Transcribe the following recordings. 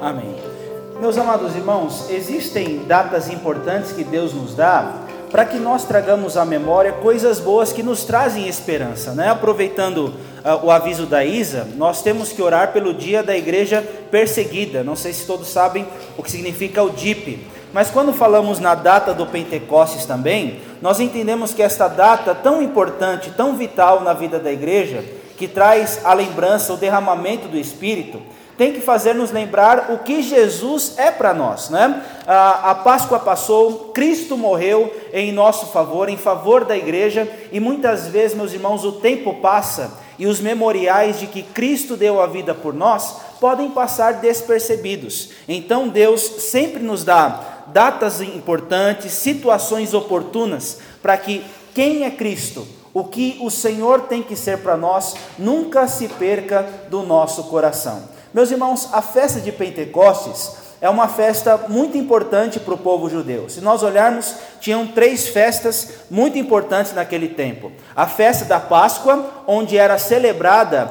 Amém. Meus amados irmãos, existem datas importantes que Deus nos dá para que nós tragamos à memória coisas boas que nos trazem esperança, né? Aproveitando o aviso da Isa, nós temos que orar pelo dia da igreja perseguida. Não sei se todos sabem o que significa o DIP, mas quando falamos na data do Pentecostes também, nós entendemos que esta data tão importante, tão vital na vida da igreja, que traz a lembrança, o derramamento do Espírito, tem que fazer nos lembrar o que Jesus é para nós, né? A Páscoa passou, Cristo morreu em nosso favor, em favor da igreja, e muitas vezes, meus irmãos, o tempo passa e os memoriais de que Cristo deu a vida por nós podem passar despercebidos. Então Deus sempre nos dá datas importantes, situações oportunas, para que quem é Cristo, o que o Senhor tem que ser para nós, nunca se perca do nosso coração. Meus irmãos, a festa de Pentecostes é uma festa muito importante para o povo judeu. Se nós olharmos, tinham 3 festas muito importantes naquele tempo. A festa da Páscoa, onde era celebrada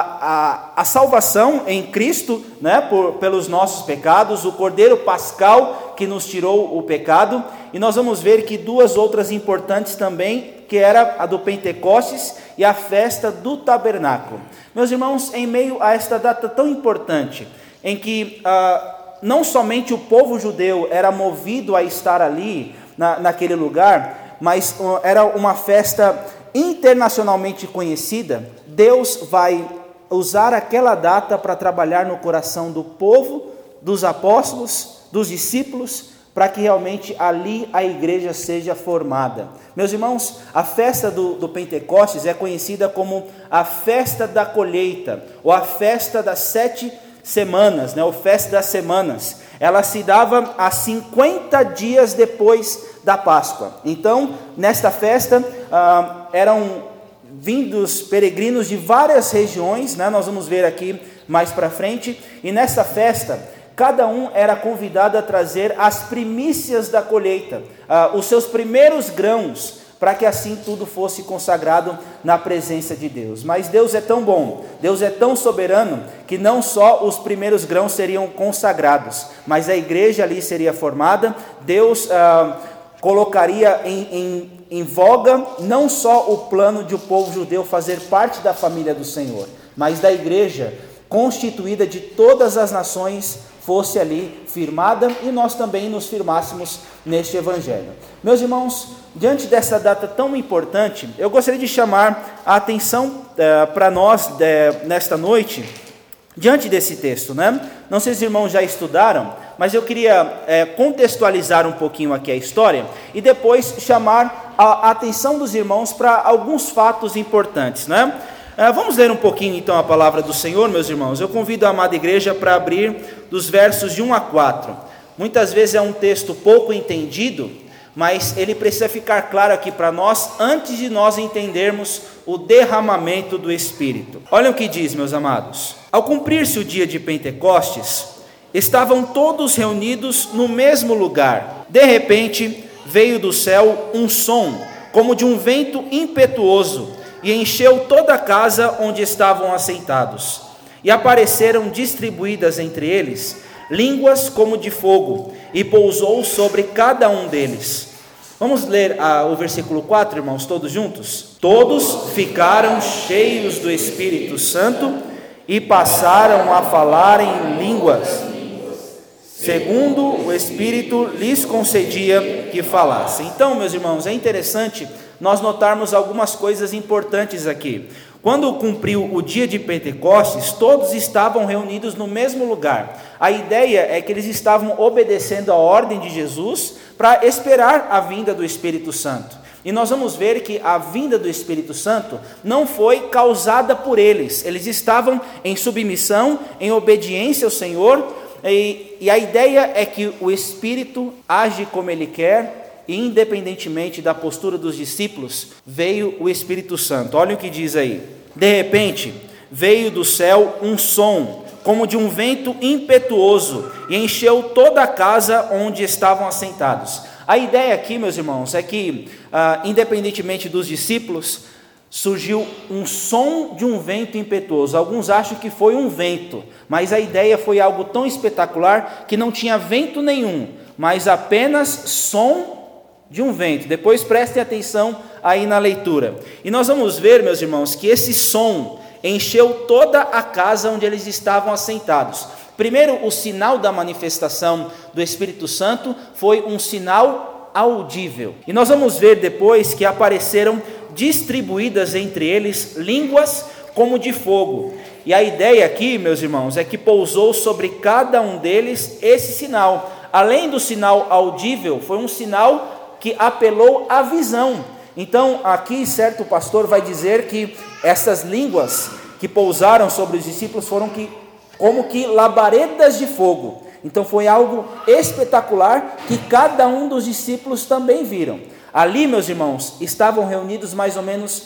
a salvação em Cristo, né, pelos nossos pecados, o Cordeiro Pascal que nos tirou o pecado. E nós vamos ver que 2 outras importantes também, que era a do Pentecostes e a festa do Tabernáculo. Meus irmãos, em meio a esta data tão importante, em que não somente o povo judeu era movido a estar ali, naquele lugar, mas era uma festa internacionalmente conhecida, Deus vai usar aquela data para trabalhar no coração do povo, dos apóstolos, dos discípulos, para que realmente ali a igreja seja formada. Meus irmãos, a festa do Pentecostes é conhecida como a festa da colheita, ou a festa das 7 semanas, né? Ou festa das semanas. Ela se dava a 50 dias depois da Páscoa. Então, nesta festa, eram vindos peregrinos de várias regiões, né? Nós vamos ver aqui mais para frente, e nessa festa, cada um era convidado a trazer as primícias da colheita, os seus primeiros grãos, para que assim tudo fosse consagrado na presença de Deus. Mas Deus é tão bom, Deus é tão soberano, que não só os primeiros grãos seriam consagrados, mas a igreja ali seria formada. Deus colocaria em voga não só o plano de o povo judeu fazer parte da família do Senhor, mas da igreja constituída de todas as nações fosse ali firmada, e nós também nos firmássemos neste evangelho. Meus irmãos, diante dessa data tão importante, eu gostaria de chamar a atenção para nós nesta noite, diante desse texto, né? Não sei se os irmãos já estudaram, mas eu queria contextualizar um pouquinho aqui a história, e depois chamar a atenção dos irmãos para alguns fatos importantes, né? Vamos ler um pouquinho então a palavra do Senhor, meus irmãos. Eu convido a amada igreja para abrir dos versos de 1 a 4. Muitas vezes é um texto pouco entendido, mas ele precisa ficar claro aqui para nós, antes de nós entendermos o derramamento do Espírito. Olha o que diz, meus amados. Ao cumprir-se o dia de Pentecostes, estavam todos reunidos no mesmo lugar. De repente, veio do céu um som, como de um vento impetuoso, e encheu toda a casa onde estavam assentados. E apareceram distribuídas entre eles línguas como de fogo, e pousou sobre cada um deles. Vamos ler o versículo 4, irmãos, todos juntos? Todos ficaram cheios do Espírito Santo e passaram a falar em línguas, segundo o Espírito lhes concedia que falassem. Então, meus irmãos, é interessante nós notarmos algumas coisas importantes aqui. Quando cumpriu o dia de Pentecostes, todos estavam reunidos no mesmo lugar. A ideia é que eles estavam obedecendo a ordem de Jesus para esperar a vinda do Espírito Santo. E nós vamos ver que a vinda do Espírito Santo não foi causada por eles. Eles estavam em submissão, em obediência ao Senhor, e a ideia é que o Espírito age como Ele quer, e independentemente da postura dos discípulos, veio o Espírito Santo. Olha o que diz aí. De repente, veio do céu um som, como de um vento impetuoso, e encheu toda a casa onde estavam assentados. A ideia aqui, meus irmãos, é que, independentemente dos discípulos, surgiu um som de um vento impetuoso. Alguns acham que foi um vento, mas a ideia foi algo tão espetacular que não tinha vento nenhum, mas apenas som de um vento. Depois prestem atenção aí na leitura. E nós vamos ver, meus irmãos, que esse som encheu toda a casa onde eles estavam assentados. Primeiro, o sinal da manifestação do Espírito Santo foi um sinal audível. E nós vamos ver depois que apareceram distribuídas entre eles línguas como de fogo. E a ideia aqui, meus irmãos, é que pousou sobre cada um deles esse sinal. Além do sinal audível, foi um sinal que apelou à visão. Então, aqui certo pastor vai dizer que essas línguas que pousaram sobre os discípulos foram como que labaredas de fogo. Então foi algo espetacular que cada um dos discípulos também viram. Ali, meus irmãos, estavam reunidos mais ou menos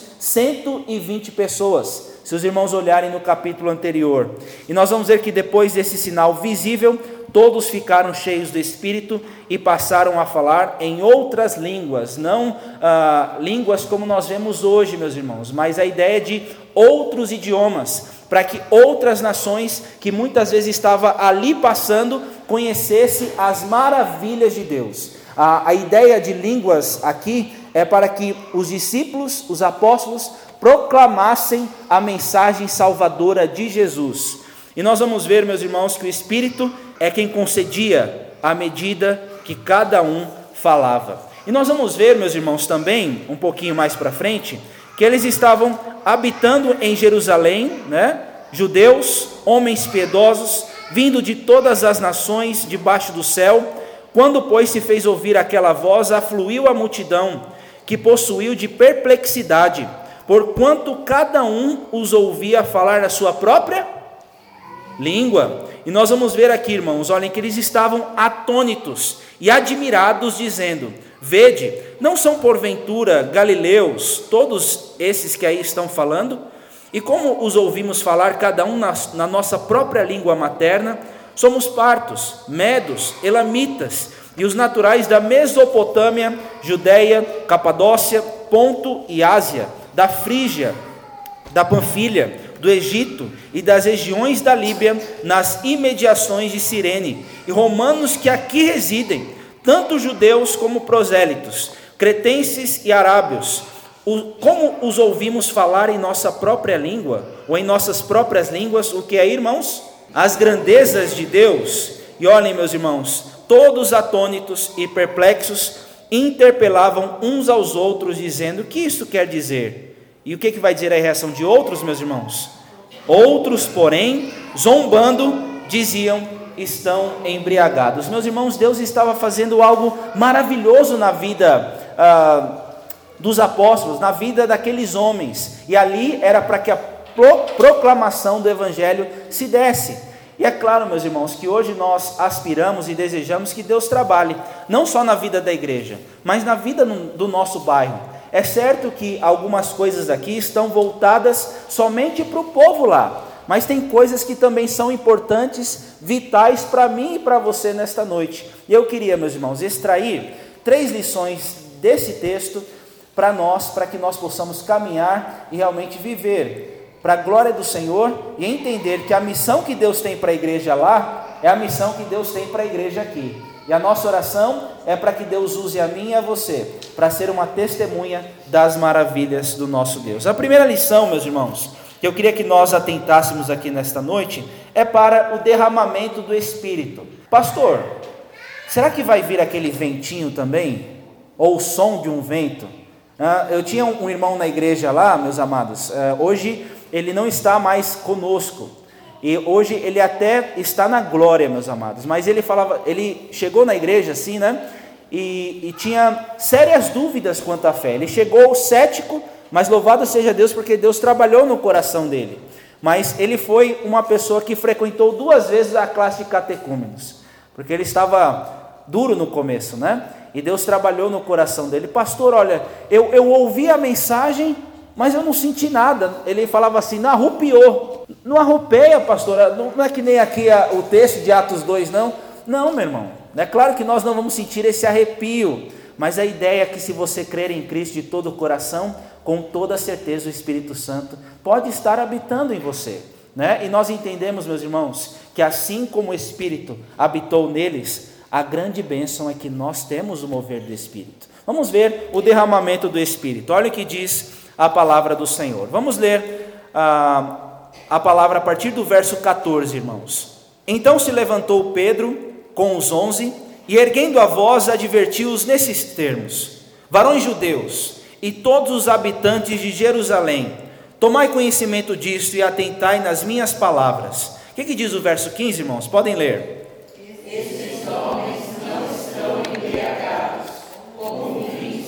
120 pessoas, se os irmãos olharem no capítulo anterior. E nós vamos ver que depois desse sinal visível, todos ficaram cheios do Espírito e passaram a falar em outras línguas, não línguas como nós vemos hoje, meus irmãos, mas a ideia de outros idiomas, para que outras nações que muitas vezes estavam ali passando conhecessem as maravilhas de Deus. A ideia de línguas aqui é para que os discípulos, os apóstolos, proclamassem a mensagem salvadora de Jesus. E nós vamos ver, meus irmãos, que o Espírito é quem concedia à medida que cada um falava. E nós vamos ver, meus irmãos, também, um pouquinho mais para frente, que eles estavam habitando em Jerusalém, judeus, homens piedosos, vindo de todas as nações debaixo do céu. Quando, pois, se fez ouvir aquela voz, afluiu a multidão, que possuiu de perplexidade, porquanto cada um os ouvia falar na sua própria língua. E nós vamos ver aqui, irmãos, olhem que eles estavam atônitos e admirados, dizendo: vede, não são porventura galileus todos esses que aí estão falando? E como os ouvimos falar cada um na nossa própria língua materna? Somos partos, medos, elamitas e os naturais da Mesopotâmia, Judeia, Capadócia, Ponto e Ásia, da Frígia, da Panfilha, do Egito e das regiões da Líbia, nas imediações de Cirene, e romanos que aqui residem, tanto judeus como prosélitos, cretenses e arábios. Como os ouvimos falar em nossa própria língua, ou em nossas próprias línguas, o que é, irmãos? As grandezas de Deus. E olhem, meus irmãos, todos atônitos e perplexos, interpelavam uns aos outros, dizendo: o que isso quer dizer? E o que vai dizer a reação de outros, meus irmãos? Outros, porém, zombando, diziam: estão embriagados. Meus irmãos, Deus estava fazendo algo maravilhoso na vida dos apóstolos, na vida daqueles homens. E ali era para que a proclamação do Evangelho se desse. E é claro, meus irmãos, que hoje nós aspiramos e desejamos que Deus trabalhe, não só na vida da igreja, mas na vida do nosso bairro. É certo que algumas coisas aqui estão voltadas somente para o povo lá, mas tem coisas que também são importantes, vitais para mim e para você nesta noite. E eu queria, meus irmãos, extrair 3 lições desse texto para nós, para que nós possamos caminhar e realmente viver para a glória do Senhor e entender que a missão que Deus tem para a igreja lá é a missão que Deus tem para a igreja aqui. E a nossa oração é para que Deus use a mim e a você para ser uma testemunha das maravilhas do nosso Deus. A primeira lição, meus irmãos, que eu queria que nós atentássemos aqui nesta noite é para o derramamento do Espírito. Pastor, será que vai vir aquele ventinho também? Ou o som de um vento? Eu tinha um irmão na igreja lá, meus amados, hoje ele não está mais conosco, e hoje ele até está na glória, meus amados, mas ele chegou na igreja assim, e tinha sérias dúvidas quanto à fé. Ele chegou cético, mas louvado seja Deus, porque Deus trabalhou no coração dele. Mas ele foi uma pessoa que frequentou 2 vezes a classe de catecúmenos, porque ele estava duro no começo, e Deus trabalhou no coração dele. Pastor, olha, eu ouvi a mensagem, mas eu não senti nada. Ele falava assim: não arrupiou. Não arrupeia, pastor, não é que nem aqui o texto de Atos 2, não. Não, meu irmão, é claro que nós não vamos sentir esse arrepio, mas a ideia é que se você crer em Cristo de todo o coração, com toda certeza o Espírito Santo pode estar habitando em você, né? E nós entendemos, meus irmãos, que assim como o Espírito habitou neles, a grande bênção é que nós temos o mover do Espírito. Vamos ver o derramamento do Espírito. Olha o que diz a palavra do Senhor. Vamos ler a palavra a partir do verso 14, irmãos. Então se levantou Pedro com os 11 e, erguendo a voz, advertiu-os nesses termos: varões judeus e todos os habitantes de Jerusalém, tomai conhecimento disto e atentai nas minhas palavras. O que diz o verso 15, irmãos? Podem ler. Esses homens não estão embriagados, como vinho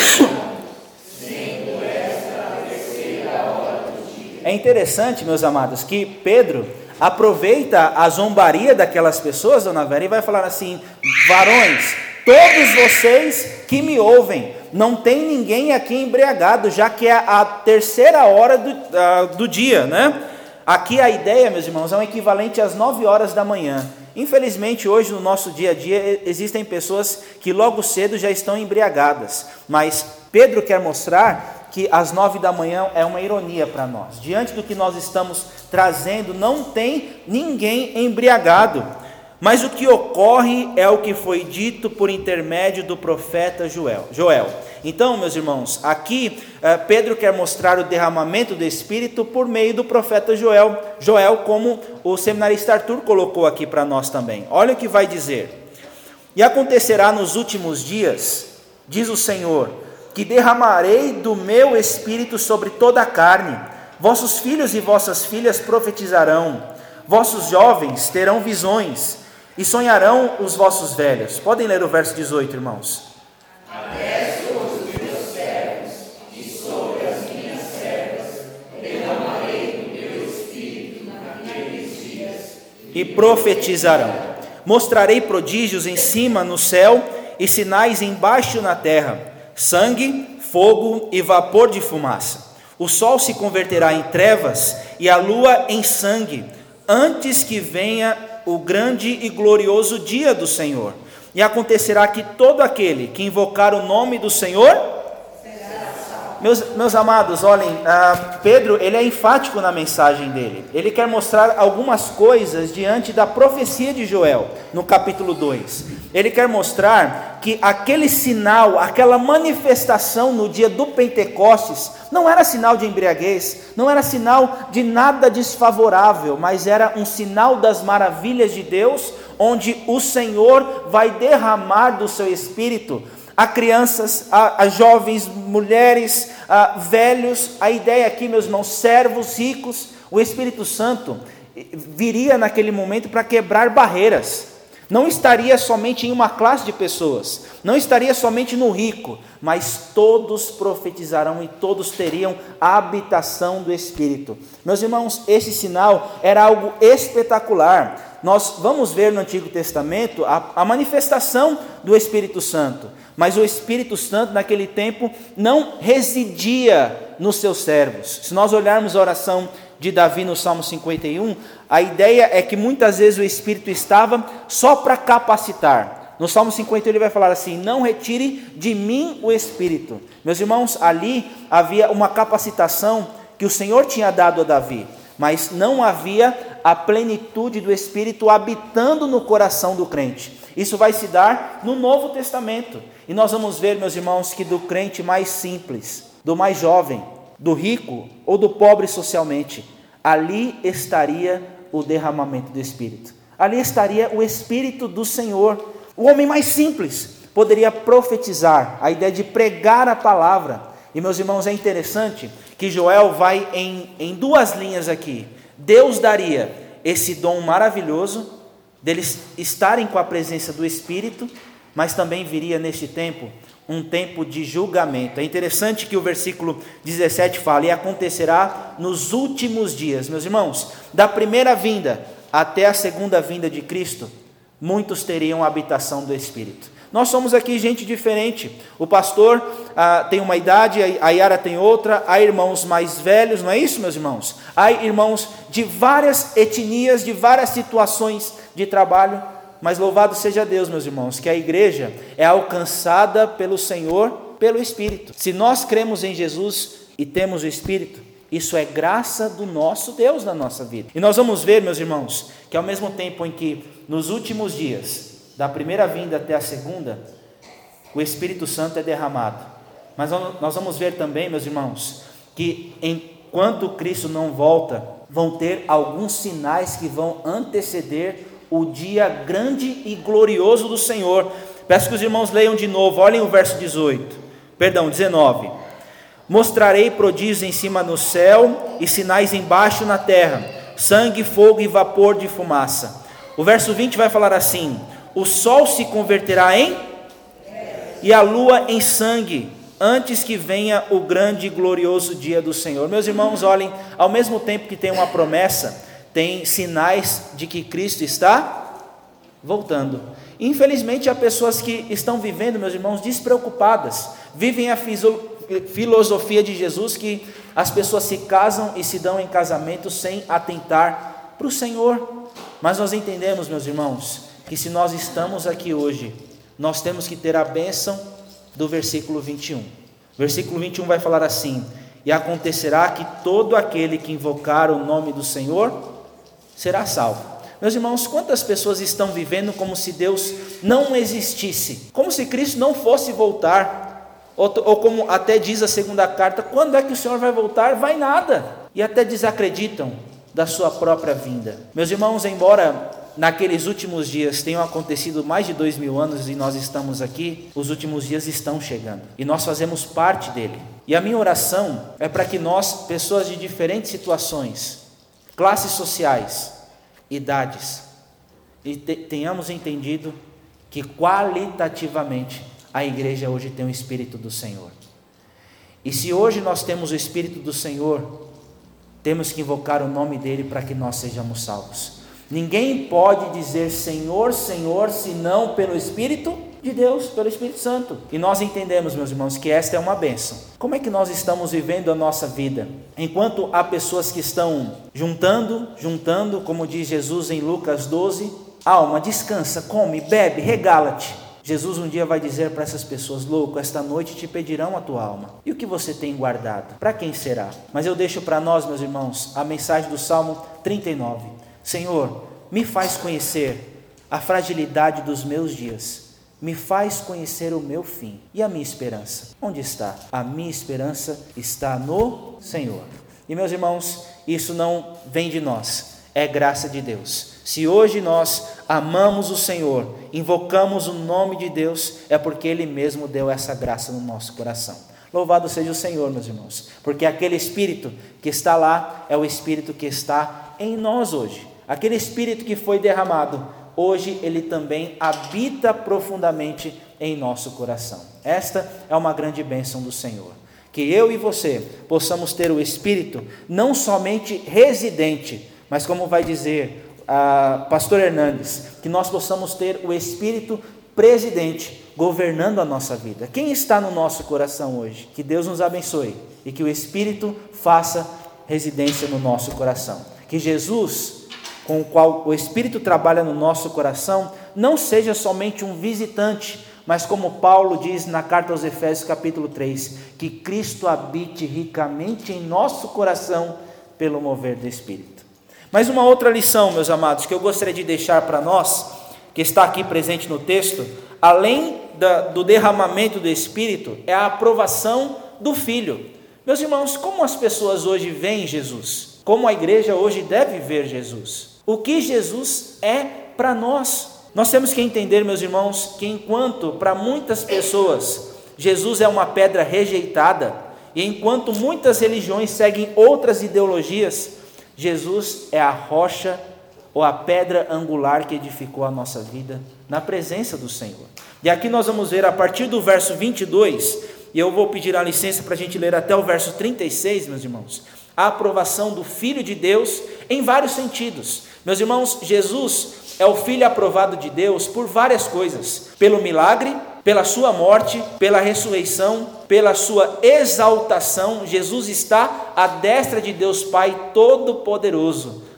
sendo esta a terceira hora do dia. É interessante, meus amados, que Pedro aproveita a zombaria daquelas pessoas, dona Vera, e vai falar assim: varões, todos vocês que me ouvem, não tem ninguém aqui embriagado, já que é a terceira hora do dia, né? Aqui a ideia, meus irmãos, é um equivalente às 9 horas da manhã. Infelizmente, hoje no nosso dia a dia, existem pessoas que logo cedo já estão embriagadas, mas Pedro quer mostrar que às 9 da manhã é uma ironia para nós. Diante do que nós estamos trazendo, não tem ninguém embriagado. Mas o que ocorre é o que foi dito por intermédio do profeta Joel. Então, meus irmãos, aqui Pedro quer mostrar o derramamento do Espírito por meio do profeta Joel. Joel, como o seminarista Arthur colocou aqui para nós também. Olha o que vai dizer: e acontecerá nos últimos dias, diz o Senhor, que derramarei do meu Espírito sobre toda a carne. Vossos filhos e vossas filhas profetizarão, vossos jovens terão visões, e sonharão os vossos velhos. Podem ler o verso 18, irmãos. Até sobre os meus servos e sobre as minhas servas derramarei do meu Espírito naqueles dias, e profetizarão. Mostrarei prodígios em cima no céu e sinais embaixo na terra: sangue, fogo e vapor de fumaça. O sol se converterá em trevas e a lua em sangue, antes que venha o grande e glorioso dia do Senhor. E acontecerá que todo aquele que invocar o nome do Senhor Meus amados, olhem, Pedro, ele é enfático na mensagem dele. Ele quer mostrar algumas coisas diante da profecia de Joel, no capítulo 2. Ele quer mostrar que aquele sinal, aquela manifestação no dia do Pentecostes, não era sinal de embriaguez, não era sinal de nada desfavorável, mas era um sinal das maravilhas de Deus, onde o Senhor vai derramar do seu Espírito a crianças, a jovens, mulheres, a velhos. A ideia aqui, meus irmãos, servos, ricos. O Espírito Santo viria naquele momento para quebrar barreiras. Não estaria somente em uma classe de pessoas, não estaria somente no rico, mas todos profetizarão e todos teriam a habitação do Espírito. Meus irmãos, esse sinal era algo espetacular. Nós vamos ver no Antigo Testamento a manifestação do Espírito Santo, mas o Espírito Santo naquele tempo não residia nos seus servos. Se nós olharmos a oração de Davi no Salmo 51, a ideia é que muitas vezes o Espírito estava só para capacitar. No Salmo 51 ele vai falar assim: não retire de mim o Espírito. Meus irmãos, ali havia uma capacitação que o Senhor tinha dado a Davi, mas não havia a plenitude do Espírito habitando no coração do crente. Isso vai se dar no Novo Testamento, e nós vamos ver, meus irmãos, que do crente mais simples, do mais jovem, do rico ou do pobre socialmente, ali estaria o derramamento do Espírito, ali estaria o Espírito do Senhor. O homem mais simples poderia profetizar, a ideia de pregar a palavra. E meus irmãos, é interessante que Joel vai em duas linhas aqui. Deus daria esse dom maravilhoso deles estarem com a presença do Espírito, mas também viria neste tempo um tempo de julgamento. É interessante que o versículo 17 fala: e acontecerá nos últimos dias. Meus irmãos, da primeira vinda até a segunda vinda de Cristo, muitos teriam a habitação do Espírito. Nós somos aqui gente diferente. O pastor tem uma idade, a Yara tem outra, há irmãos mais velhos, não é isso, meus irmãos? Há irmãos de várias etnias, de várias situações de trabalho, mas louvado seja Deus, meus irmãos, que a igreja é alcançada pelo Senhor, pelo Espírito. Se nós cremos em Jesus e temos o Espírito, isso é graça do nosso Deus na nossa vida. E nós vamos ver, meus irmãos, que ao mesmo tempo em que nos últimos dias, da primeira vinda até a segunda, o Espírito Santo é derramado. Mas nós vamos ver também, meus irmãos, que enquanto Cristo não volta, vão ter alguns sinais que vão anteceder o dia grande e glorioso do Senhor. Peço que os irmãos leiam de novo, olhem o verso 19. Mostrarei prodígios em cima no céu e sinais embaixo na terra, sangue, fogo e vapor de fumaça. O verso 20 vai falar assim: o sol se converterá em e a lua em sangue, antes que venha o grande e glorioso dia do Senhor. Meus irmãos, olhem, ao mesmo tempo que tem uma promessa, tem sinais de que Cristo está voltando. Infelizmente, há pessoas que estão vivendo, meus irmãos, despreocupadas, vivem a filosofia de Jesus, que as pessoas se casam e se dão em casamento sem atentar para o Senhor. Mas nós entendemos, meus irmãos, que se nós estamos aqui hoje, nós temos que ter a bênção do versículo 21. Versículo 21 vai falar assim: e acontecerá que todo aquele que invocar o nome do Senhor será salvo. Meus irmãos, quantas pessoas estão vivendo como se Deus não existisse, como se Cristo não fosse voltar, ou como até diz a segunda carta, quando é que o Senhor vai voltar? Vai nada, e até desacreditam da sua própria vinda. Meus irmãos, embora naqueles últimos dias tenham acontecido mais de 2000 anos e nós estamos aqui, os últimos dias estão chegando, e nós fazemos parte dele. E a minha oração é para que nós, pessoas de diferentes situações, classes sociais, idades, e tenhamos entendido que qualitativamente a igreja hoje tem o Espírito do Senhor. E se hoje nós temos o Espírito do Senhor, temos que invocar o nome dele para que nós sejamos salvos. Ninguém pode dizer Senhor, Senhor, senão pelo Espírito de Deus, pelo Espírito Santo. E nós entendemos, meus irmãos, que esta é uma bênção. Como é que nós estamos vivendo a nossa vida? Enquanto há pessoas que estão juntando, como diz Jesus em Lucas 12, alma, descansa, come, bebe, regala-te. Jesus um dia vai dizer para essas pessoas: louco, esta noite te pedirão a tua alma. E o que você tem guardado? Para quem será? Mas eu deixo para nós, meus irmãos, a mensagem do Salmo 39. Senhor, me faz conhecer a fragilidade dos meus dias, me faz conhecer o meu fim e a minha esperança. Onde está? A minha esperança está no Senhor. E meus irmãos, isso não vem de nós, é graça de Deus. Se hoje nós amamos o Senhor, invocamos o nome de Deus, é porque Ele mesmo deu essa graça no nosso coração. Louvado seja o Senhor, meus irmãos, porque aquele Espírito que está lá é o Espírito que está em nós hoje. Aquele Espírito que foi derramado, hoje ele também habita profundamente em nosso coração. Esta é uma grande bênção do Senhor. Que eu e você possamos ter o Espírito não somente residente, mas como vai dizer pastor Hernandes, que nós possamos ter o Espírito presidente, governando a nossa vida. Quem está no nosso coração hoje? Que Deus nos abençoe e que o Espírito faça residência no nosso coração. Que Jesus, com o qual o Espírito trabalha no nosso coração, não seja somente um visitante, mas como Paulo diz na carta aos Efésios capítulo 3, que Cristo habite ricamente em nosso coração pelo mover do Espírito. Mas uma outra lição, meus amados, que eu gostaria de deixar para nós, que está aqui presente no texto, além do derramamento do Espírito, é a aprovação do Filho. Meus irmãos, como as pessoas hoje veem Jesus? Como a igreja hoje deve ver Jesus? O que Jesus é para nós? Nós temos que entender, meus irmãos, que enquanto para muitas pessoas Jesus é uma pedra rejeitada, e enquanto muitas religiões seguem outras ideologias, Jesus é a rocha ou a pedra angular que edificou a nossa vida na presença do Senhor. E aqui nós vamos ver a partir do verso 22, e eu vou pedir a licença para a gente ler até o verso 36, meus irmãos, a aprovação do Filho de Deus em vários sentidos. Meus irmãos, Jesus é o Filho aprovado de Deus por várias coisas: pelo milagre, pela sua morte, pela ressurreição, pela sua exaltação. Jesus está à destra de Deus Pai Todo-Poderoso,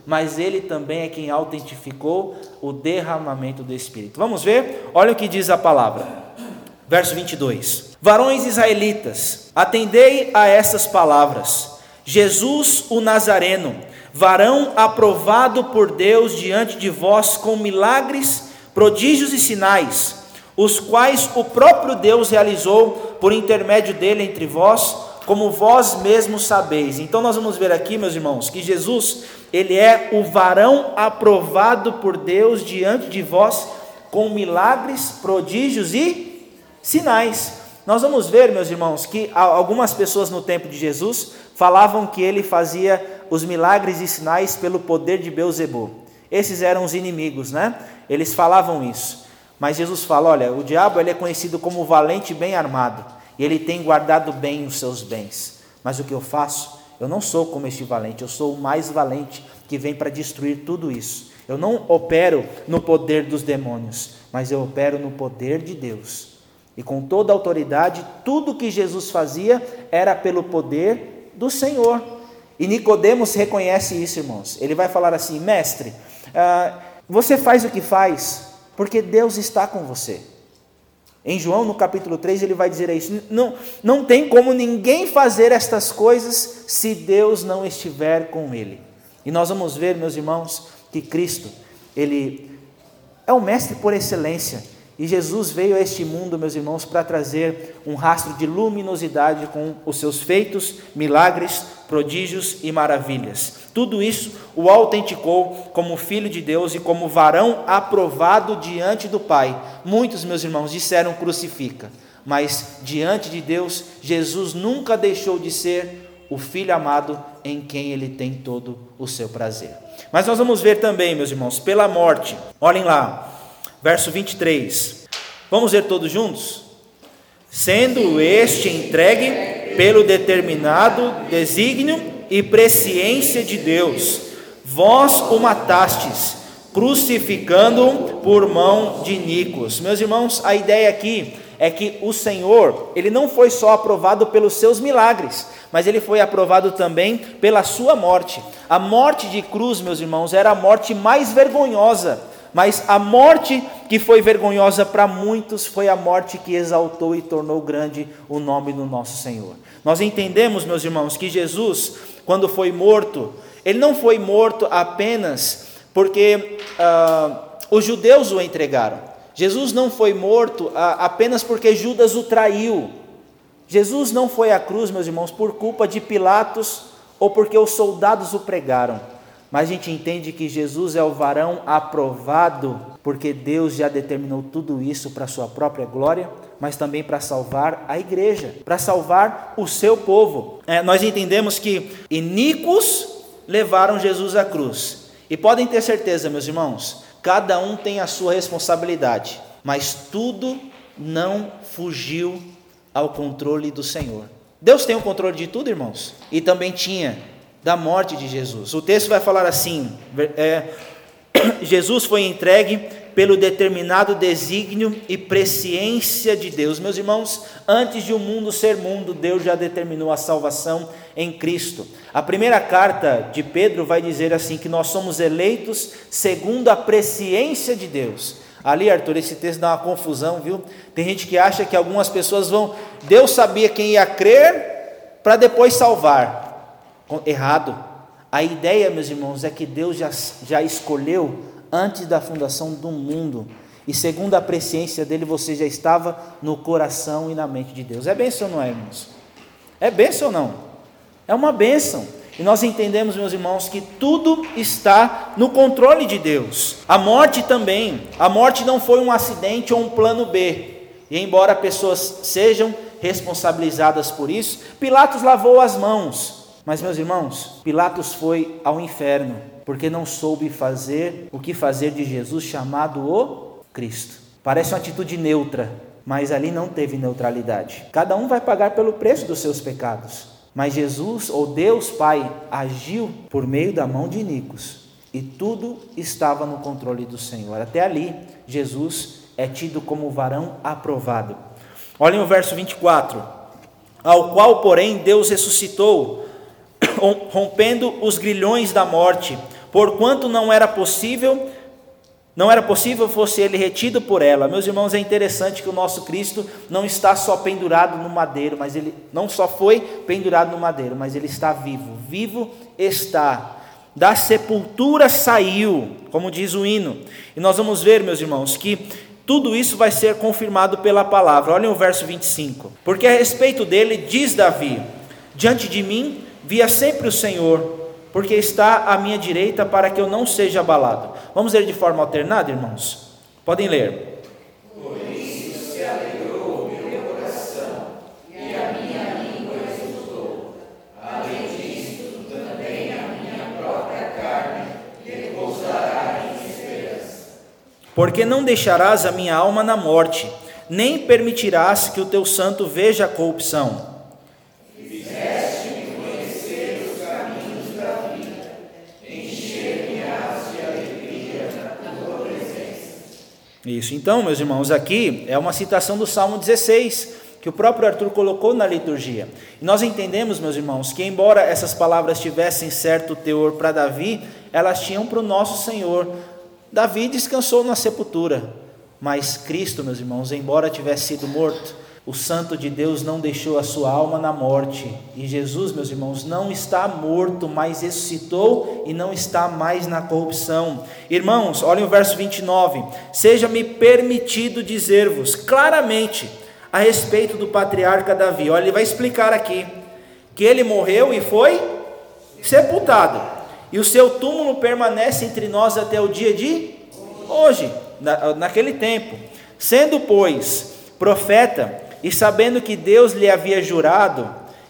mas ele também é quem autentificou o derramamento do Espírito. Vamos ver? Olha o que diz a palavra. Verso 22. Varões israelitas, atendei a essas palavras. Jesus o Nazareno, varão aprovado por Deus diante de vós com milagres, prodígios e sinais, os quais o próprio Deus realizou por intermédio dele entre vós, como vós mesmos sabeis. Então nós vamos ver aqui, meus irmãos, que Jesus, ele é o varão aprovado por Deus diante de vós, com milagres, prodígios e sinais. Nós vamos ver, meus irmãos, que algumas pessoas no tempo de Jesus falavam que ele fazia os milagres e sinais pelo poder de Beelzebul. Esses eram os inimigos, né? Eles falavam isso. Mas Jesus fala, olha, o diabo ele é conhecido como valente e bem armado, e ele tem guardado bem os seus bens. Mas o que eu faço? Eu não sou como este valente, eu sou o mais valente que vem para destruir tudo isso. Eu não opero no poder dos demônios, mas eu opero no poder de Deus. E com toda a autoridade, tudo que Jesus fazia era pelo poder do Senhor. E Nicodemos reconhece isso, irmãos. Ele vai falar assim, mestre, você faz o que faz porque Deus está com você. Em João, no capítulo 3, ele vai dizer isso. Não tem como ninguém fazer estas coisas se Deus não estiver com ele. E nós vamos ver, meus irmãos, que Cristo, ele é o mestre por excelência. E Jesus veio a este mundo, meus irmãos, para trazer um rastro de luminosidade com os seus feitos, milagres, prodígios e maravilhas. Tudo isso o autenticou como Filho de Deus e como varão aprovado diante do Pai. Muitos, meus irmãos, disseram crucifica, mas diante de Deus, Jesus nunca deixou de ser o Filho amado em quem ele tem todo o seu prazer. Mas nós vamos ver também, meus irmãos, pela morte. Olhem lá. Verso 23, vamos ler todos juntos? Sendo este entregue pelo determinado desígnio e presciência de Deus, vós o matastes, crucificando-o por mão de iníquos. Meus irmãos, a ideia aqui é que o Senhor, ele não foi só aprovado pelos seus milagres, mas ele foi aprovado também pela sua morte. A morte de cruz, meus irmãos, era a morte mais vergonhosa. Mas a morte que foi vergonhosa para muitos foi a morte que exaltou e tornou grande o nome do nosso Senhor. Nós entendemos, meus irmãos, que Jesus, quando foi morto, ele não foi morto apenas porque os judeus o entregaram. Jesus não foi morto apenas porque Judas o traiu. Jesus não foi à cruz, meus irmãos, por culpa de Pilatos ou porque os soldados o pregaram. Mas a gente entende que Jesus é o varão aprovado, porque Deus já determinou tudo isso para a sua própria glória, mas também para salvar a igreja, para salvar o seu povo. Nós entendemos que iníquos levaram Jesus à cruz. E podem ter certeza, meus irmãos, cada um tem a sua responsabilidade, mas tudo não fugiu ao controle do Senhor. Deus tem o controle de tudo, irmãos, e também tinha da morte de Jesus. O texto vai falar assim, Jesus foi entregue pelo determinado desígnio e presciência de Deus. Meus irmãos, antes de o mundo ser mundo, Deus já determinou a salvação em Cristo. A primeira carta de Pedro vai dizer assim, que nós somos eleitos segundo a presciência de Deus. Ali, Arthur, esse texto dá uma confusão, viu? Tem gente que acha que algumas pessoas Deus sabia quem ia crer para depois salvar. Errado. A ideia, meus irmãos, é que Deus já escolheu antes da fundação do mundo, e segundo a presciência dele, você já estava no coração e na mente de Deus. É bênção ou não é, irmãos? É bênção ou não? É uma bênção. E nós entendemos, meus irmãos, que tudo está no controle de Deus. A morte também. A morte não foi um acidente ou um plano B. E embora pessoas sejam responsabilizadas por isso, Pilatos lavou as mãos. Mas, meus irmãos, Pilatos foi ao inferno, porque não soube fazer o que fazer de Jesus, chamado o Cristo. Parece uma atitude neutra, mas ali não teve neutralidade. Cada um vai pagar pelo preço dos seus pecados. Mas Jesus, ou Deus Pai, agiu por meio da mão de iníquos. E tudo estava no controle do Senhor. Até ali, Jesus é tido como varão aprovado. Olhem o verso 24. Ao qual, porém, Deus ressuscitou, rompendo os grilhões da morte, porquanto não era possível fosse ele retido por ela. Meus irmãos, é interessante que o nosso Cristo não está só pendurado no madeiro, mas ele não só foi pendurado no madeiro, mas ele está vivo. Vivo está. Da sepultura saiu, como diz o hino. E nós vamos ver, meus irmãos, que tudo isso vai ser confirmado pela palavra. Olhem o verso 25. Porque a respeito dele diz Davi: diante de mim via sempre o Senhor, porque está à minha direita para que eu não seja abalado. Vamos ler de forma alternada, irmãos? Podem ler. Por isso se alegrou o meu coração, e a minha língua exultou. Além disso, também a minha própria carne repousará em esperança. Porque não deixarás a minha alma na morte, nem permitirás que o teu santo veja a corrupção. Isso, então, meus irmãos, aqui é uma citação do Salmo 16, que o próprio Arthur colocou na liturgia. E nós entendemos, meus irmãos, que embora essas palavras tivessem certo teor para Davi, elas tinham para o nosso Senhor. Davi descansou na sepultura, mas Cristo, meus irmãos, embora tivesse sido morto, o Santo de Deus não deixou a sua alma na morte. E Jesus, meus irmãos, não está morto, mas ressuscitou e não está mais na corrupção. Irmãos, olhem o verso 29. Seja-me permitido dizer-vos claramente a respeito do patriarca Davi. Olha, ele vai explicar aqui que ele morreu e foi sepultado. E o seu túmulo permanece entre nós até o dia de hoje, naquele tempo. Sendo, pois, profeta, e sabendo que Deus lhe havia jurado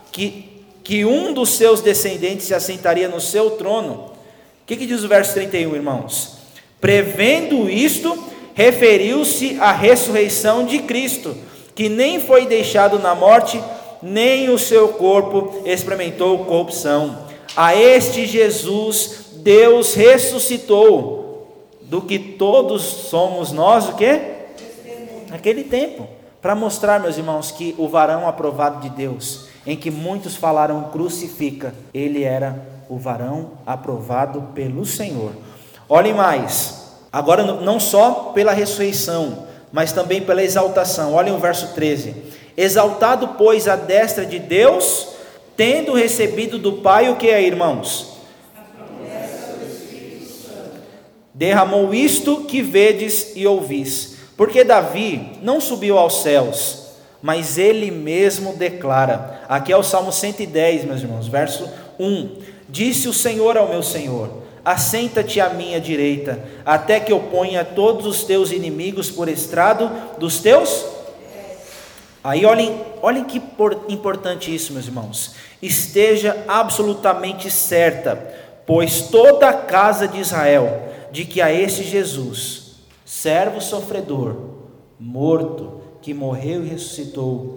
que um dos seus descendentes se assentaria no seu trono, o que diz o verso 31, irmãos? Prevendo isto, referiu-se à ressurreição de Cristo, que nem foi deixado na morte, nem o seu corpo experimentou corrupção. A este Jesus, Deus ressuscitou, do que todos somos nós, o quê? Naquele tempo. Para mostrar, meus irmãos, que o varão aprovado de Deus, em que muitos falaram crucifica, ele era o varão aprovado pelo Senhor. Olhem mais, agora não só pela ressurreição, mas também pela exaltação. Olhem o verso 13. Exaltado, pois, à destra de Deus, tendo recebido do Pai o que é, irmãos? A promessa do Espírito Santo. Derramou isto que vedes e ouvis. Porque Davi não subiu aos céus, mas ele mesmo declara. Aqui é o Salmo 110, meus irmãos, verso 1. Disse o Senhor ao meu Senhor: assenta-te à minha direita, até que eu ponha todos os teus inimigos por estrado dos teus. Aí olhem que importante isso, meus irmãos. Esteja absolutamente certa, pois toda a casa de Israel, de que a este Jesus, servo sofredor, morto, que morreu e ressuscitou,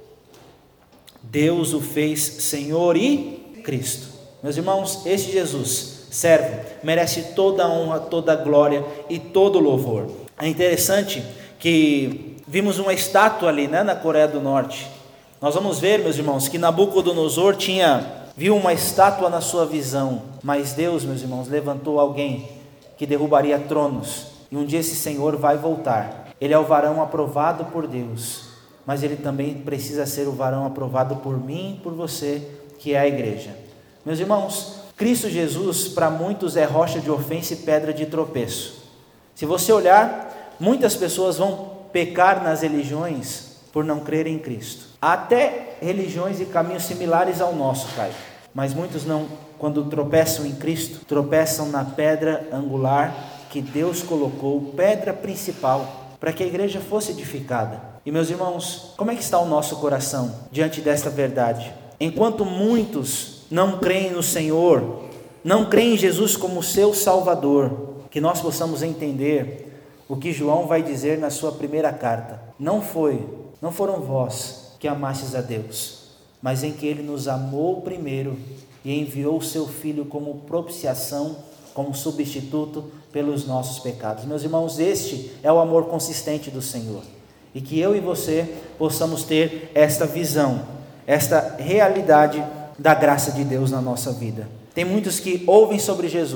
Deus o fez Senhor e Cristo. Meus irmãos, este Jesus, servo, merece toda a honra, toda a glória e todo o louvor. É interessante que vimos uma estátua ali, na Coreia do Norte. Nós vamos ver, meus irmãos, que Nabucodonosor viu uma estátua na sua visão, mas Deus, meus irmãos, levantou alguém que derrubaria tronos. E um dia esse Senhor vai voltar. Ele é o varão aprovado por Deus, mas ele também precisa ser o varão aprovado por mim e por você, que é a igreja. Meus irmãos, Cristo Jesus para muitos é rocha de ofensa e pedra de tropeço. Se você olhar, muitas pessoas vão pecar nas religiões por não crerem em Cristo. Há até religiões e caminhos similares ao nosso, Caio, mas muitos não, quando tropeçam em Cristo, tropeçam na pedra angular que Deus colocou, pedra principal, para que a igreja fosse edificada. E meus irmãos, como é que está o nosso coração diante desta verdade? Enquanto muitos não creem no Senhor, não creem em Jesus como seu Salvador, que nós possamos entender o que João vai dizer na sua primeira carta. Não foram vós que amastes a Deus, mas em que Ele nos amou primeiro e enviou o seu Filho como propiciação, como substituto pelos nossos pecados. Meus irmãos, este é o amor consistente do Senhor. E que eu e você possamos ter esta visão, esta realidade da graça de Deus na nossa vida. Tem muitos que ouvem sobre Jesus,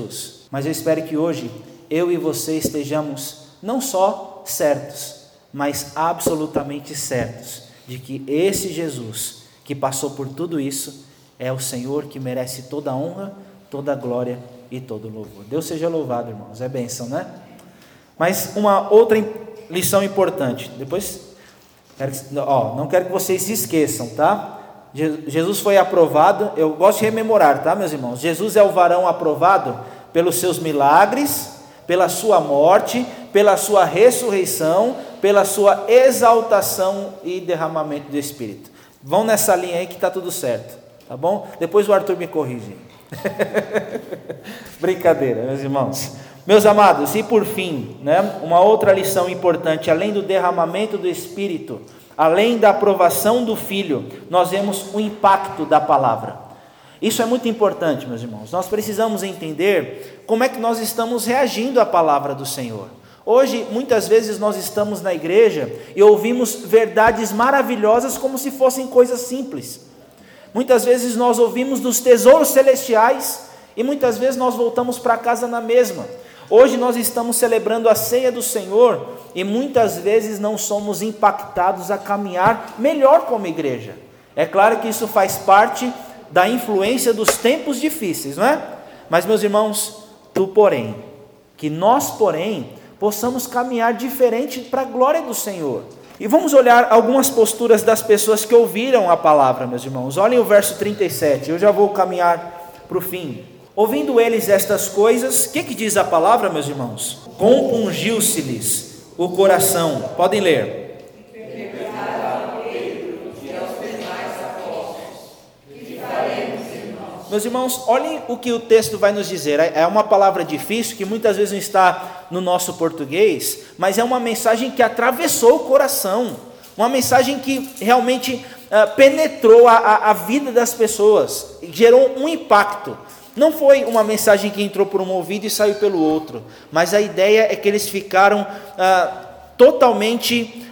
Mas eu espero que hoje eu e você estejamos não só certos, mas absolutamente certos de que esse Jesus que passou por tudo isso é o Senhor que merece toda a honra, toda a glória e todo o louvor. Deus seja louvado, irmãos, é bênção, né? Mas uma outra lição importante, depois, não quero que vocês se esqueçam, tá? Jesus foi aprovado, eu gosto de rememorar, tá, meus irmãos? Jesus é o varão aprovado pelos seus milagres, pela sua morte, pela sua ressurreição, pela sua exaltação e derramamento do Espírito. Vão nessa linha aí que está tudo certo, tá bom? Depois o Arthur me corrige. Brincadeira, meus irmãos. Meus amados, e por fim, uma outra lição importante, além do derramamento do Espírito, além da aprovação do Filho, nós vemos o impacto da palavra. Isso é muito importante, meus irmãos. Nós precisamos entender como é que nós estamos reagindo à palavra do Senhor. Hoje, muitas vezes nós estamos na igreja e ouvimos verdades maravilhosas como se fossem coisas simples. Muitas vezes nós ouvimos dos tesouros celestiais e muitas vezes nós voltamos para casa na mesma. Hoje nós estamos celebrando a ceia do Senhor e muitas vezes não somos impactados a caminhar melhor como igreja. É claro que isso faz parte da influência dos tempos difíceis, não é? Mas, meus irmãos, nós, possamos caminhar diferente para a glória do Senhor. E vamos olhar algumas posturas das pessoas que ouviram a palavra, meus irmãos. Olhem o verso 37, eu já vou caminhar para o fim. Ouvindo eles estas coisas, o que diz a palavra, meus irmãos? Compungiu-se-lhes o coração. Podem ler. Meus irmãos, olhem o que o texto vai nos dizer. É uma palavra difícil que muitas vezes não está no nosso português, mas é uma mensagem que atravessou o coração, uma mensagem que realmente penetrou a vida das pessoas, gerou um impacto. Não foi uma mensagem que entrou por um ouvido e saiu pelo outro, mas a ideia é que eles ficaram totalmente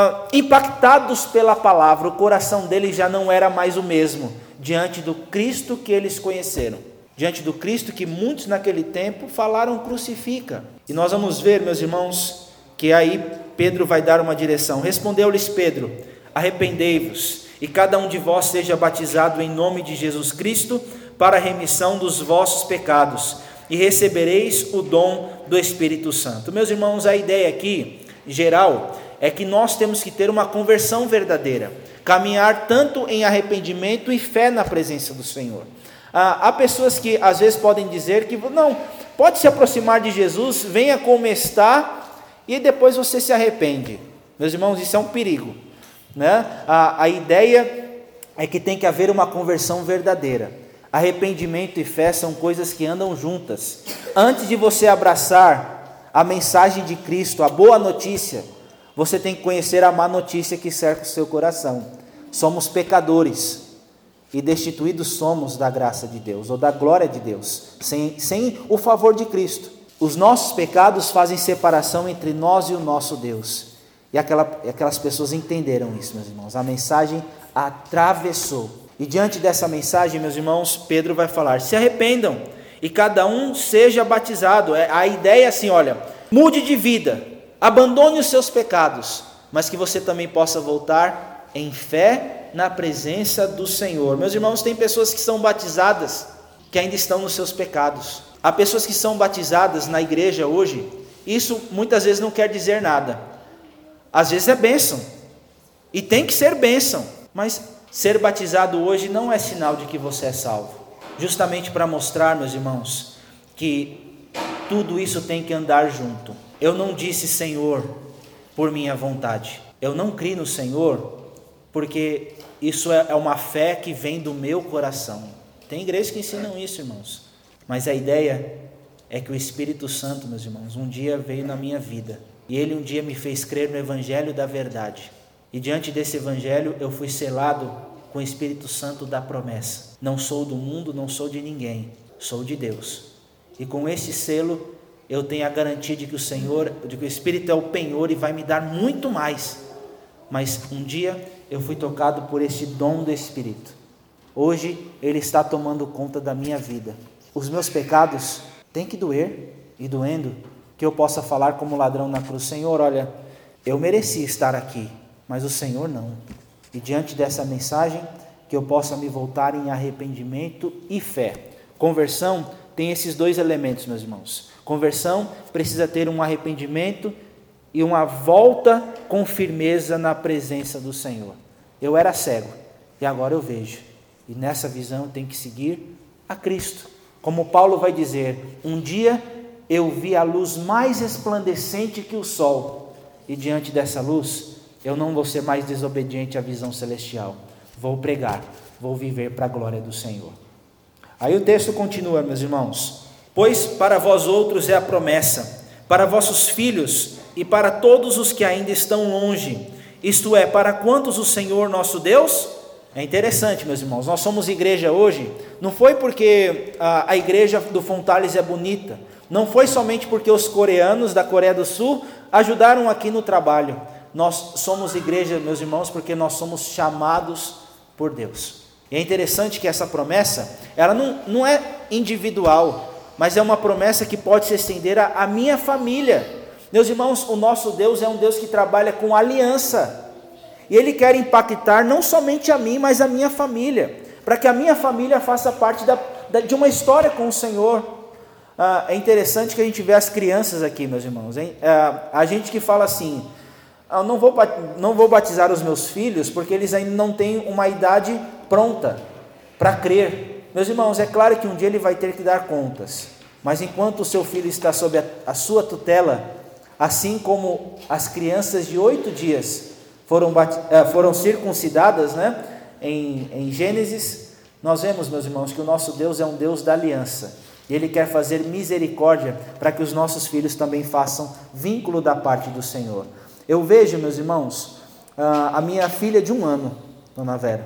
impactados pela palavra. O coração deles já não era mais o mesmo diante do Cristo que eles conheceram, diante do Cristo que muitos naquele tempo falaram crucifica. E nós vamos ver, meus irmãos, que aí Pedro vai dar uma direção. Respondeu-lhes Pedro: arrependei-vos e cada um de vós seja batizado em nome de Jesus Cristo para a remissão dos vossos pecados e recebereis o dom do Espírito Santo. Meus irmãos, a ideia aqui, geral, é que nós temos que ter uma conversão verdadeira, caminhar tanto em arrependimento e fé na presença do Senhor. Há pessoas que às vezes podem dizer que não, pode se aproximar de Jesus, venha como está e depois você se arrepende. Meus irmãos, isso é um perigo, né? A ideia é que tem que haver uma conversão verdadeira. Arrependimento e fé são coisas que andam juntas. Antes de você abraçar a mensagem de Cristo, a boa notícia, você tem que conhecer a má notícia que cerca o seu coração. Somos pecadores e destituídos somos da graça de Deus, ou da glória de Deus, sem o favor de Cristo. Os nossos pecados fazem separação entre nós e o nosso Deus. E aquelas pessoas entenderam isso, meus irmãos. A mensagem atravessou. E diante dessa mensagem, meus irmãos, Pedro vai falar: se arrependam e cada um seja batizado. A ideia é assim, olha, mude de vida, abandone os seus pecados, mas que você também possa voltar em fé na presença do Senhor. Meus irmãos, tem pessoas que são batizadas que ainda estão nos seus pecados. Há pessoas que são batizadas na igreja hoje. Isso muitas vezes não quer dizer nada. Às vezes é bênção, e tem que ser bênção, mas ser batizado hoje não é sinal de que você é salvo. Justamente para mostrar, meus irmãos, que tudo isso tem que andar junto. Eu não disse Senhor por minha vontade. Eu não criei no Senhor porque isso é uma fé que vem do meu coração. Tem igrejas que ensinam isso, irmãos. Mas a ideia é que o Espírito Santo, meus irmãos, um dia veio na minha vida. E ele um dia me fez crer no Evangelho da verdade. E diante desse Evangelho eu fui selado com o Espírito Santo da promessa. Não sou do mundo, não sou de ninguém. Sou de Deus. E com esse selo eu tenho a garantia de que o Espírito é o penhor e vai me dar muito mais. Mas um dia eu fui tocado por esse dom do Espírito. Hoje ele está tomando conta da minha vida. Os meus pecados Tem que doer, e doendo, que eu possa falar como ladrão na cruz: Senhor, olha, eu mereci estar aqui, mas o Senhor não. E diante dessa mensagem, que eu possa me voltar em arrependimento e fé. Conversão tem esses dois elementos, meus irmãos. Conversão precisa ter um arrependimento e uma volta com firmeza na presença do Senhor. Eu era cego e agora eu vejo. E nessa visão eu tenho que seguir a Cristo. Como Paulo vai dizer: um dia eu vi a luz mais resplandecente que o sol. E diante dessa luz, eu não vou ser mais desobediente à visão celestial. Vou pregar, vou viver para a glória do Senhor. Aí o texto continua, meus irmãos: pois para vós outros é a promessa, para vossos filhos e para todos os que ainda estão longe, isto é, para quantos o Senhor nosso Deus... É interessante, meus irmãos, nós somos igreja hoje, não foi porque a igreja do Fontales é bonita, não foi somente porque os coreanos da Coreia do Sul ajudaram aqui no trabalho. Nós somos igreja, meus irmãos, porque nós somos chamados por Deus. E é interessante que essa promessa, ela não é individual, mas é uma promessa que pode se estender à minha família. Meus irmãos, o nosso Deus é um Deus que trabalha com aliança. E Ele quer impactar não somente a mim, mas a minha família, para que a minha família faça parte de uma história com o Senhor. É interessante que a gente vê as crianças aqui, meus irmãos. A gente que fala assim: eu não vou batizar os meus filhos, porque eles ainda não têm uma idade pronta para crer. Meus irmãos, é claro que um dia ele vai ter que dar contas, mas enquanto o seu filho está sob a sua tutela, assim como as crianças de 8 dias foram circuncidadas, né? Em Gênesis, nós vemos, meus irmãos, que o nosso Deus é um Deus da aliança. E Ele quer fazer misericórdia para que os nossos filhos também façam vínculo da parte do Senhor. Eu vejo, meus irmãos, a minha filha de 1 ano, Dona Vera,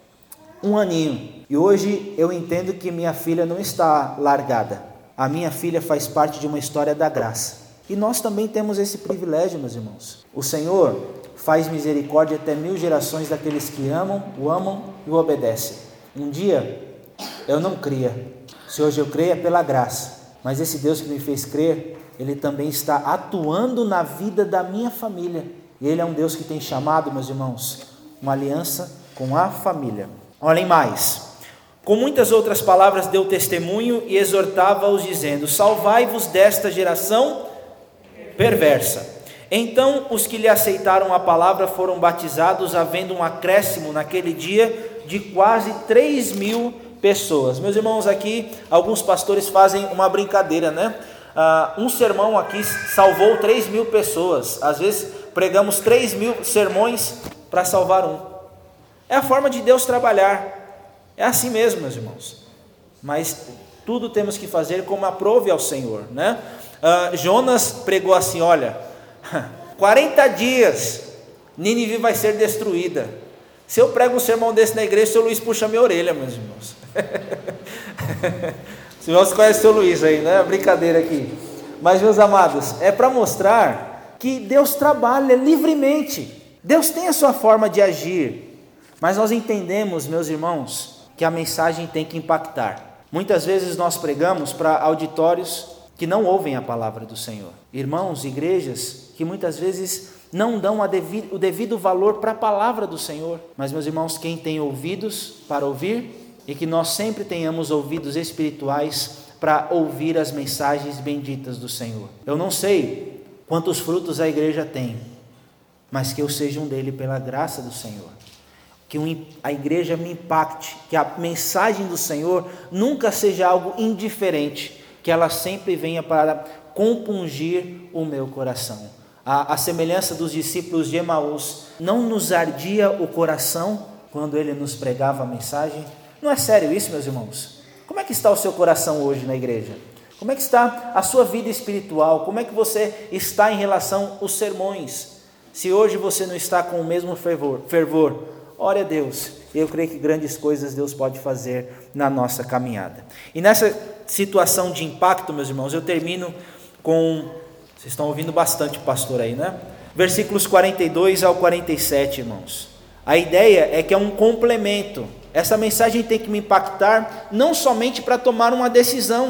1 aninho. E hoje eu entendo que minha filha não está largada. A minha filha faz parte de uma história da graça. E nós também temos esse privilégio, meus irmãos. O Senhor faz misericórdia até 1000 gerações daqueles que o amam e o obedecem. Um dia eu não cria, se hoje eu creio é pela graça, mas esse Deus que me fez crer, Ele também está atuando na vida da minha família, e Ele é um Deus que tem chamado, meus irmãos, uma aliança com a família. Olhem mais, com muitas outras palavras deu testemunho e exortava-os dizendo: salvai-vos desta geração perversa. Então os que lhe aceitaram a palavra foram batizados, havendo um acréscimo naquele dia de quase 3.000 pessoas. Meus irmãos, aqui alguns pastores fazem uma brincadeira, né? Um sermão aqui salvou 3.000 pessoas. Às vezes pregamos 3.000 sermões para salvar um. É a forma de Deus trabalhar. É assim mesmo, meus irmãos. Mas tudo temos que fazer como aprove ao Senhor, né? Jonas pregou assim: olha, 40 dias Nínive vai ser destruída. Se eu prego um sermão desse na igreja, o seu Luiz puxa minha orelha, meus irmãos. Os irmãos conhecem o seu Luiz aí, né? Brincadeira aqui. Mas, meus amados, é para mostrar que Deus trabalha livremente. Deus tem a sua forma de agir. Mas nós entendemos, meus irmãos, que a mensagem tem que impactar. Muitas vezes nós pregamos para auditórios que não ouvem a palavra do Senhor. Irmãos, igrejas que muitas vezes não dão o devido valor para a palavra do Senhor. Mas, meus irmãos, quem tem ouvidos para ouvir, e que nós sempre tenhamos ouvidos espirituais para ouvir as mensagens benditas do Senhor. Eu não sei quantos frutos a igreja tem, mas que eu seja um dele pela graça do Senhor. Que a igreja me impacte, que a mensagem do Senhor nunca seja algo indiferente, que ela sempre venha para compungir o meu coração. A semelhança dos discípulos de Emaús, não nos ardia o coração quando ele nos pregava a mensagem? Não é sério isso, meus irmãos? Como é que está o seu coração hoje na igreja? Como é que está a sua vida espiritual? Como é que você está em relação aos sermões? Se hoje você não está com o mesmo fervor, ore a Deus. Eu creio que grandes coisas Deus pode fazer na nossa caminhada. E nessa situação de impacto, meus irmãos, eu termino com... Vocês estão ouvindo bastante o pastor aí, né? Versículos 42 ao 47, irmãos. A ideia é que é um complemento. Essa mensagem tem que me impactar não somente para tomar uma decisão,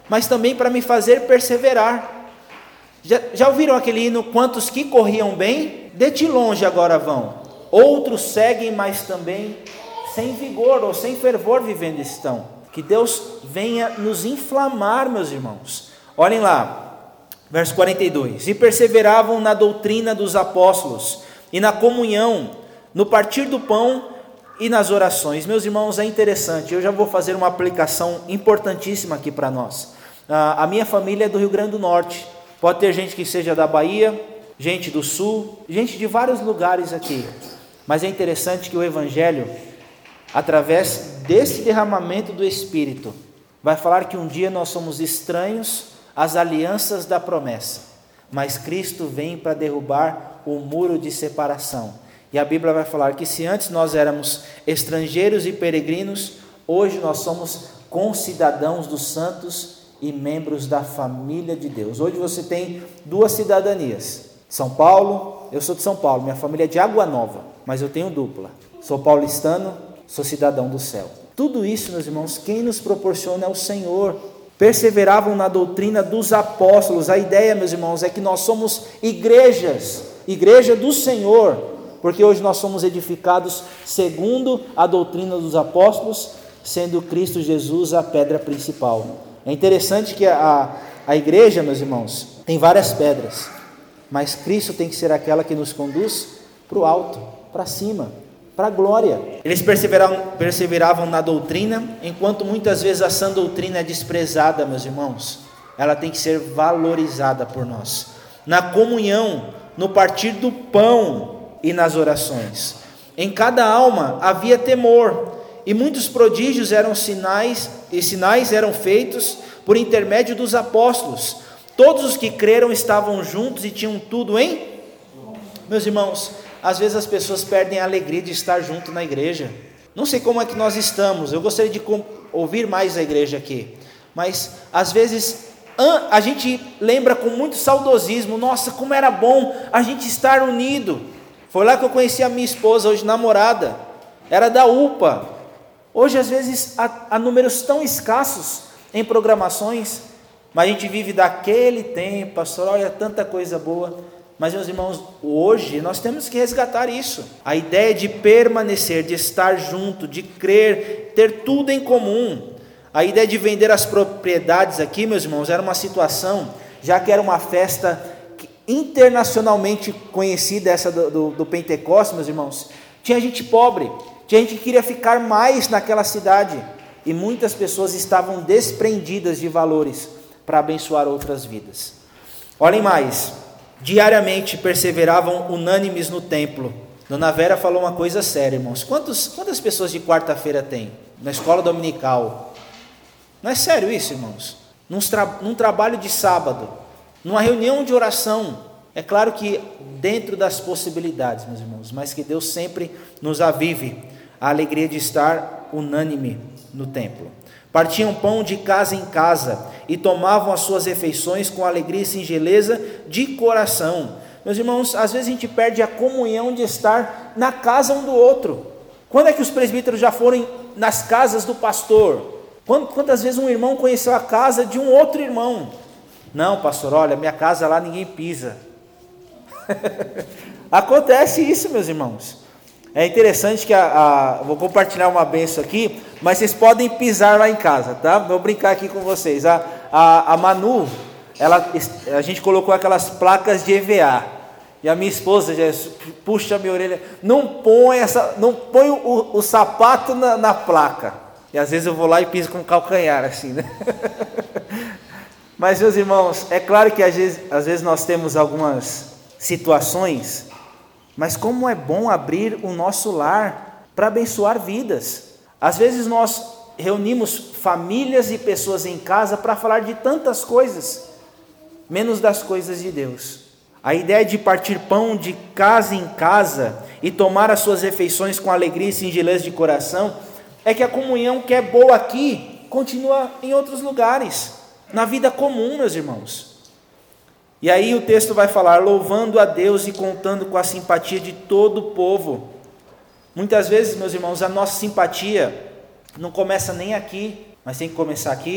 mas também para me fazer perseverar. Já ouviram aquele hino, quantos que corriam bem, de ti longe agora vão, outros seguem, mas também sem vigor ou sem fervor vivendo estão. Que Deus venha nos inflamar, meus irmãos. Olhem lá, verso 42, e perseveravam na doutrina dos apóstolos, e na comunhão, no partir do pão e nas orações. Meus irmãos, é interessante, eu já vou fazer uma aplicação importantíssima aqui para nós. A minha família é do Rio Grande do Norte, pode ter gente que seja da Bahia, gente do Sul, gente de vários lugares aqui, mas é interessante que o Evangelho, através desse derramamento do Espírito, vai falar que um dia nós somos estranhos às alianças da promessa, mas Cristo vem para derrubar o muro de separação. E a Bíblia vai falar que se antes nós éramos estrangeiros e peregrinos, hoje nós somos concidadãos dos santos e membros da família de Deus. Hoje você tem duas cidadanias. São Paulo, eu sou de São Paulo, minha família é de Água Nova, mas eu tenho dupla. Sou paulistano, sou cidadão do céu. Tudo isso, meus irmãos, quem nos proporciona é o Senhor. Perseveravam na doutrina dos apóstolos. A ideia, meus irmãos, é que nós somos igreja do Senhor, porque hoje nós somos edificados segundo a doutrina dos apóstolos, sendo Cristo Jesus a pedra principal. É interessante que a igreja, meus irmãos, tem várias pedras, mas Cristo tem que ser aquela que nos conduz para o alto, para cima, para a glória. Eles perseveravam na doutrina, enquanto muitas vezes a sã doutrina é desprezada, meus irmãos. Ela tem que ser valorizada por nós. Na comunhão, no partir do pão e nas orações. Em cada alma havia temor, e muitos prodígios eram sinais eram feitos por intermédio dos apóstolos. Todos os que creram estavam juntos e tinham tudo em... Meus irmãos, às vezes as pessoas perdem a alegria de estar junto na igreja. Não sei como é que nós estamos, eu gostaria de ouvir mais a igreja aqui, mas às vezes a gente lembra com muito saudosismo, nossa, como era bom a gente estar unido. Foi lá que eu conheci a minha esposa, hoje namorada, era da UPA. Hoje às vezes há números tão escassos em programações, mas a gente vive daquele tempo, pastor, olha tanta coisa boa. Mas meus irmãos, hoje nós temos que resgatar isso, a ideia de permanecer, de estar junto, de crer, ter tudo em comum. A ideia de vender as propriedades aqui, meus irmãos, era uma situação, já que era uma festa internacionalmente conhecida, essa do Pentecostes, meus irmãos. Tinha gente pobre, tinha gente que queria ficar mais naquela cidade, e muitas pessoas estavam desprendidas de valores para abençoar outras vidas. Olhem mais, diariamente perseveravam unânimes no templo. Dona Vera falou uma coisa séria, irmãos. Quantas pessoas de quarta-feira tem na escola dominical? Não é sério isso, irmãos? Num trabalho de sábado, numa reunião de oração. É claro que dentro das possibilidades, meus irmãos, mas que Deus sempre nos avive a alegria de estar unânime no templo. Partiam pão de casa em casa e tomavam as suas refeições com alegria e singeleza de coração. Meus irmãos, às vezes a gente perde a comunhão de estar na casa um do outro. Quando é que os presbíteros já foram nas casas do pastor? Quantas vezes um irmão conheceu a casa de um outro irmão? Não, pastor, olha, minha casa lá ninguém pisa. Acontece isso, meus irmãos. É interessante que vou compartilhar uma bênção aqui, mas vocês podem pisar lá em casa, tá? Vou brincar aqui com vocês. A Manu, a gente colocou aquelas placas de EVA, e a minha esposa já puxa a minha orelha, não põe o sapato na placa. E às vezes eu vou lá e piso com o calcanhar, assim, né? Mas, meus irmãos, é claro que às vezes nós temos algumas situações, mas como é bom abrir o nosso lar para abençoar vidas. Às vezes nós reunimos famílias e pessoas em casa para falar de tantas coisas, menos das coisas de Deus. A ideia de partir pão de casa em casa e tomar as suas refeições com alegria e singeleza de coração, é que a comunhão que é boa aqui, continua em outros lugares, na vida comum, meus irmãos. E aí o texto vai falar, louvando a Deus e contando com a simpatia de todo o povo. Muitas vezes, meus irmãos, a nossa simpatia não começa nem aqui, mas tem que começar aqui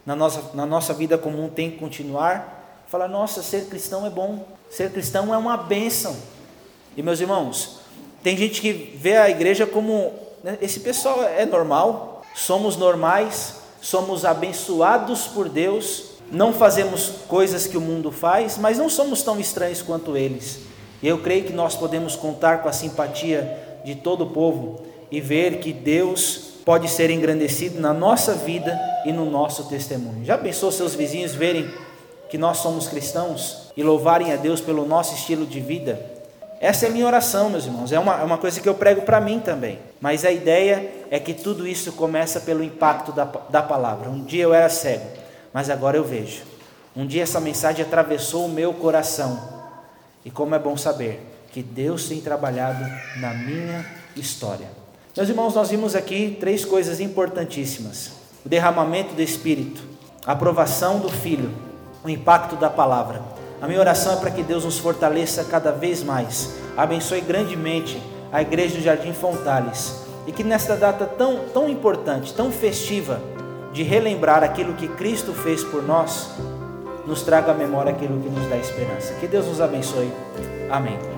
na nossa vida comum tem que continuar. Falar, nossa, ser cristão é bom, ser cristão é uma bênção. E meus irmãos, tem gente que vê a igreja como, né, esse pessoal é normal, somos normais, somos abençoados por Deus, não fazemos coisas que o mundo faz, mas não somos tão estranhos quanto eles. E eu creio que nós podemos contar com a simpatia de todo o povo e ver que Deus pode ser engrandecido na nossa vida e no nosso testemunho. Já pensou seus vizinhos verem que nós somos cristãos e louvarem a Deus pelo nosso estilo de vida? Essa é a minha oração, meus irmãos, é uma coisa que eu prego para mim também, mas a ideia é que tudo isso começa pelo impacto da palavra. Um dia eu era cego, mas agora eu vejo. Um dia essa mensagem atravessou o meu coração, e como é bom saber que Deus tem trabalhado na minha história. Meus irmãos, nós vimos aqui 3 coisas importantíssimas: o derramamento do Espírito, a aprovação do Filho, o impacto da palavra. A minha oração é para que Deus nos fortaleça cada vez mais, abençoe grandemente a igreja do Jardim Fontales, e que nesta data tão importante, tão festiva, de relembrar aquilo que Cristo fez por nós, nos traga à memória aquilo que nos dá esperança. Que Deus nos abençoe. Amém.